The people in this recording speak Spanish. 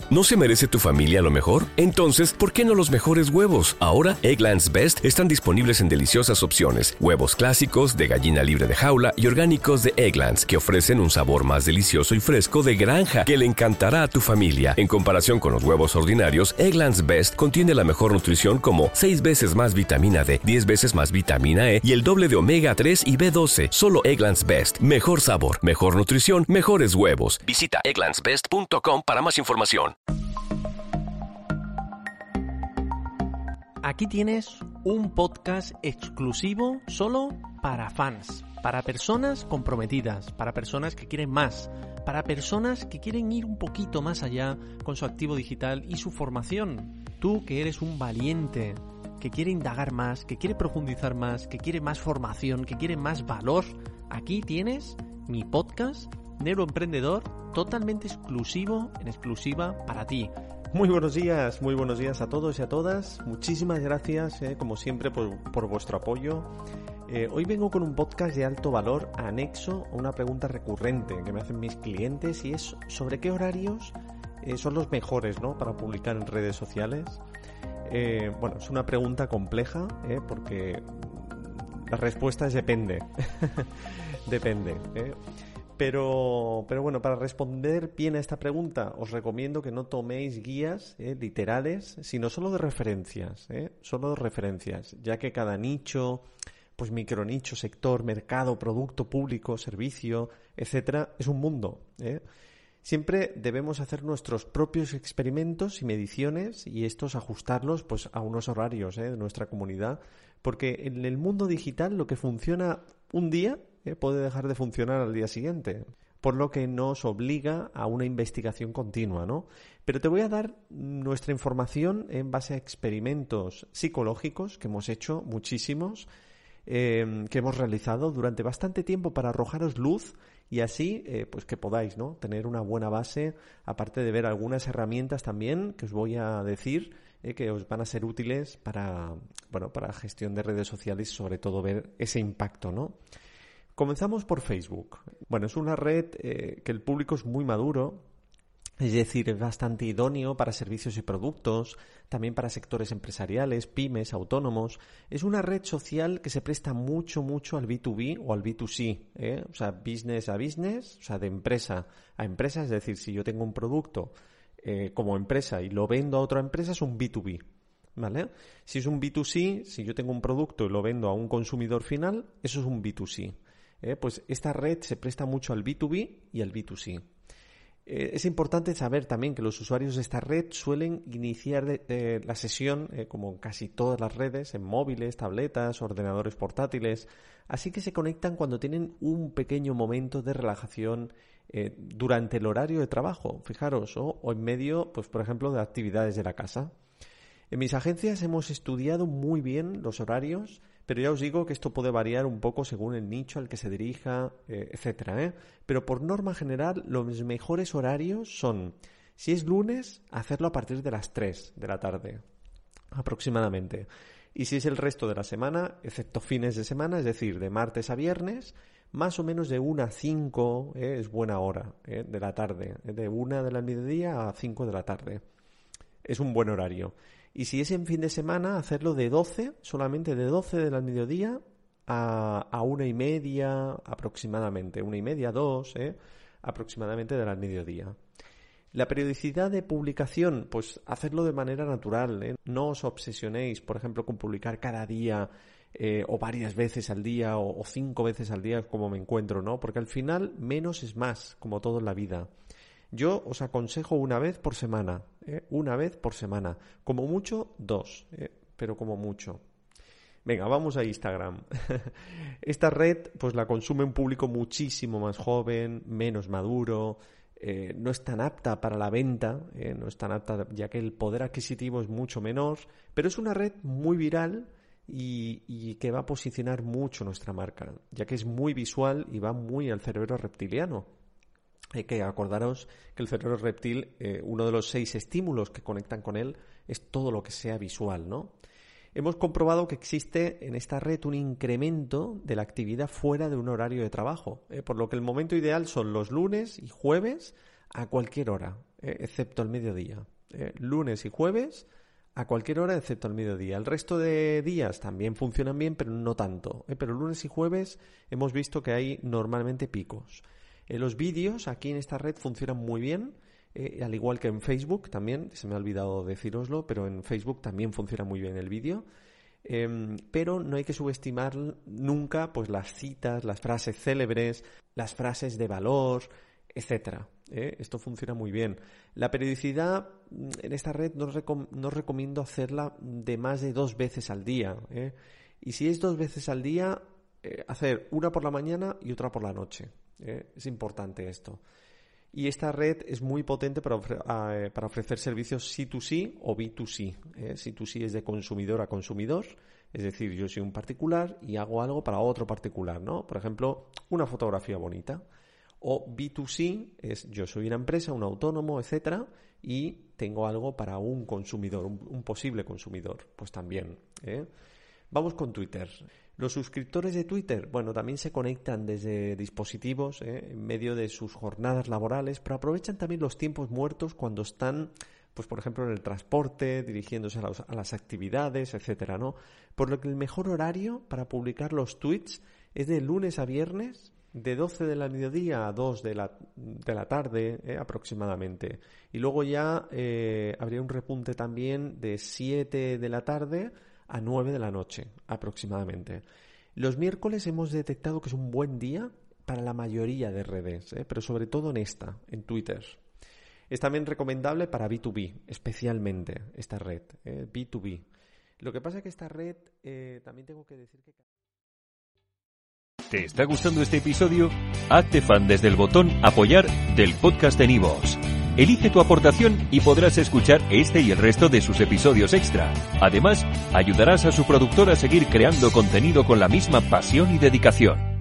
¿No se merece tu familia lo mejor? Entonces, ¿por qué no los mejores huevos? Ahora, Eggland's Best están disponibles en deliciosas opciones. Huevos clásicos, de gallina libre de jaula y orgánicos de Eggland's, que ofrecen un sabor más delicioso y fresco de granja que le encantará a tu familia. En comparación con los huevos ordinarios, Eggland's Best contiene la mejor nutrición como 6 veces más vitamina D, 10 veces más vitamina E y el doble de omega 3 y B12. Solo Eggland's Best. Mejor sabor, mejor nutrición, mejores huevos. Visita egglandsbest.com para más información. Aquí tienes un podcast exclusivo solo para fans, para personas comprometidas, para personas que quieren más, para personas que quieren ir un poquito más allá con su activo digital y su formación. Tú que eres un valiente, que quiere indagar más, que quiere profundizar más, que quiere más formación, que quiere más valor, aquí tienes mi podcast Neuroemprendedor totalmente exclusivo, en exclusiva para ti. Muy buenos días a todos y a todas. Muchísimas gracias, como siempre, por vuestro apoyo. Hoy vengo con un podcast de alto valor anexo a una pregunta recurrente que me hacen mis clientes y es sobre qué horarios son los mejores, ¿no?, para publicar en redes sociales. Bueno, es una pregunta compleja, porque la respuesta es depende. Depende. Pero bueno, para responder bien a esta pregunta os recomiendo que no toméis guías literales, sino solo de referencias, ya que cada nicho, pues micronicho, sector, mercado, producto, público, servicio, etcétera, es un mundo. Siempre debemos hacer nuestros propios experimentos y mediciones y estos ajustarlos pues a unos horarios de nuestra comunidad, porque en el mundo digital lo que funciona un día puede dejar de funcionar al día siguiente, por lo que nos obliga a una investigación continua, ¿no? Pero te voy a dar nuestra información en base a experimentos psicológicos que hemos hecho, muchísimos, que hemos realizado durante bastante tiempo para arrojaros luz y así pues que podáis, ¿no?, tener una buena base, aparte de ver algunas herramientas también que os voy a decir que os van a ser útiles para gestión de redes sociales y sobre todo ver ese impacto, ¿no? Comenzamos por Facebook. Bueno, es una red que el público es muy maduro, es decir, es bastante idóneo para servicios y productos, también para sectores empresariales, pymes, autónomos. Es una red social que se presta mucho al B2B o al B2C, o sea, business a business, o sea, de empresa a empresa. Es decir, si yo tengo un producto como empresa y lo vendo a otra empresa, es un B2B. ¿Vale? Si es un B2C, si yo tengo un producto y lo vendo a un consumidor final, eso es un B2C. Pues esta red se presta mucho al B2B y al B2C. Es importante saber también que los usuarios de esta red suelen iniciar la sesión, como en casi todas las redes, en móviles, tabletas, ordenadores portátiles, así que se conectan cuando tienen un pequeño momento de relajación durante el horario de trabajo, fijaros, o en medio, pues por ejemplo, de actividades de la casa. En mis agencias hemos estudiado muy bien los horarios, pero ya os digo que esto puede variar un poco según el nicho al que se dirija, etcétera, Pero por norma general, los mejores horarios son, si es lunes, hacerlo a partir de las 3 de la tarde, aproximadamente. Y si es el resto de la semana, excepto fines de semana, es decir, de martes a viernes, más o menos de 1 a 5 es buena hora de la tarde, de 1 de la mediodía a 5 de la tarde. Es un buen horario. Y si es en fin de semana, hacerlo de 12, solamente de 12 de la mediodía a 1:30 aproximadamente, 1:30, 2, aproximadamente de la mediodía. La periodicidad de publicación, pues hacerlo de manera natural, No os obsesionéis, por ejemplo, con publicar cada día o varias veces al día o 5 veces al día como me encuentro, ¿no? Porque al final menos es más, como todo en la vida. Yo os aconsejo una vez por semana, como mucho 2, pero como mucho. Venga, vamos a Instagram. Esta red pues la consume un público muchísimo más joven, menos maduro, no es tan apta para la venta, no es tan apta ya que el poder adquisitivo es mucho menor, pero es una red muy viral y que va a posicionar mucho nuestra marca, ya que es muy visual y va muy al cerebro reptiliano. Hay que acordaros que el cerebro reptil, uno de los 6 estímulos que conectan con él es todo lo que sea visual, ¿no? Hemos comprobado que existe en esta red un incremento de la actividad fuera de un horario de trabajo, por lo que el momento ideal son los lunes y jueves a cualquier hora, excepto el mediodía. Lunes y jueves a cualquier hora excepto el mediodía. El resto de días también funcionan bien, pero no tanto. Pero lunes y jueves hemos visto que hay normalmente picos. Los vídeos aquí en esta red funcionan muy bien, al igual que en Facebook también. Se me ha olvidado decíroslo, pero en Facebook también funciona muy bien el vídeo. Pero no hay que subestimar nunca pues las citas, las frases célebres, las frases de valor, etcétera. Esto funciona muy bien. La periodicidad en esta red no recomiendo hacerla de más de 2 veces al día. Y si es 2 veces al día, hacer una por la mañana y otra por la noche. Es importante esto. Y esta red es muy potente para ofrecer servicios C2C o B2C. C2C es de consumidor a consumidor, es decir, yo soy un particular y hago algo para otro particular, ¿no? Por ejemplo, una fotografía bonita. O B2C es yo soy una empresa, un autónomo, etcétera, y tengo algo para un consumidor, un posible consumidor, pues también. Vamos con Twitter. Los suscriptores de Twitter, bueno, también se conectan desde dispositivos en medio de sus jornadas laborales, pero aprovechan también los tiempos muertos cuando están, pues por ejemplo, en el transporte, dirigiéndose a las actividades, etcétera, ¿no? Por lo que el mejor horario para publicar los tweets es de lunes a viernes, de 12 de la mediodía a 2 de la tarde aproximadamente. Y luego ya habría un repunte también de 7 de la tarde a 9 de la noche aproximadamente. Los miércoles hemos detectado que es un buen día para la mayoría de redes, pero sobre todo en Twitter. Es también recomendable para B2B, especialmente esta red, B2B. Lo que pasa es que esta red también tengo que decir que... ¿Te está gustando este episodio? Hazte fan desde el botón Apoyar del podcast de Nivos. Elige tu aportación y podrás escuchar este y el resto de sus episodios extra. Además, ayudarás a su productor a seguir creando contenido con la misma pasión y dedicación.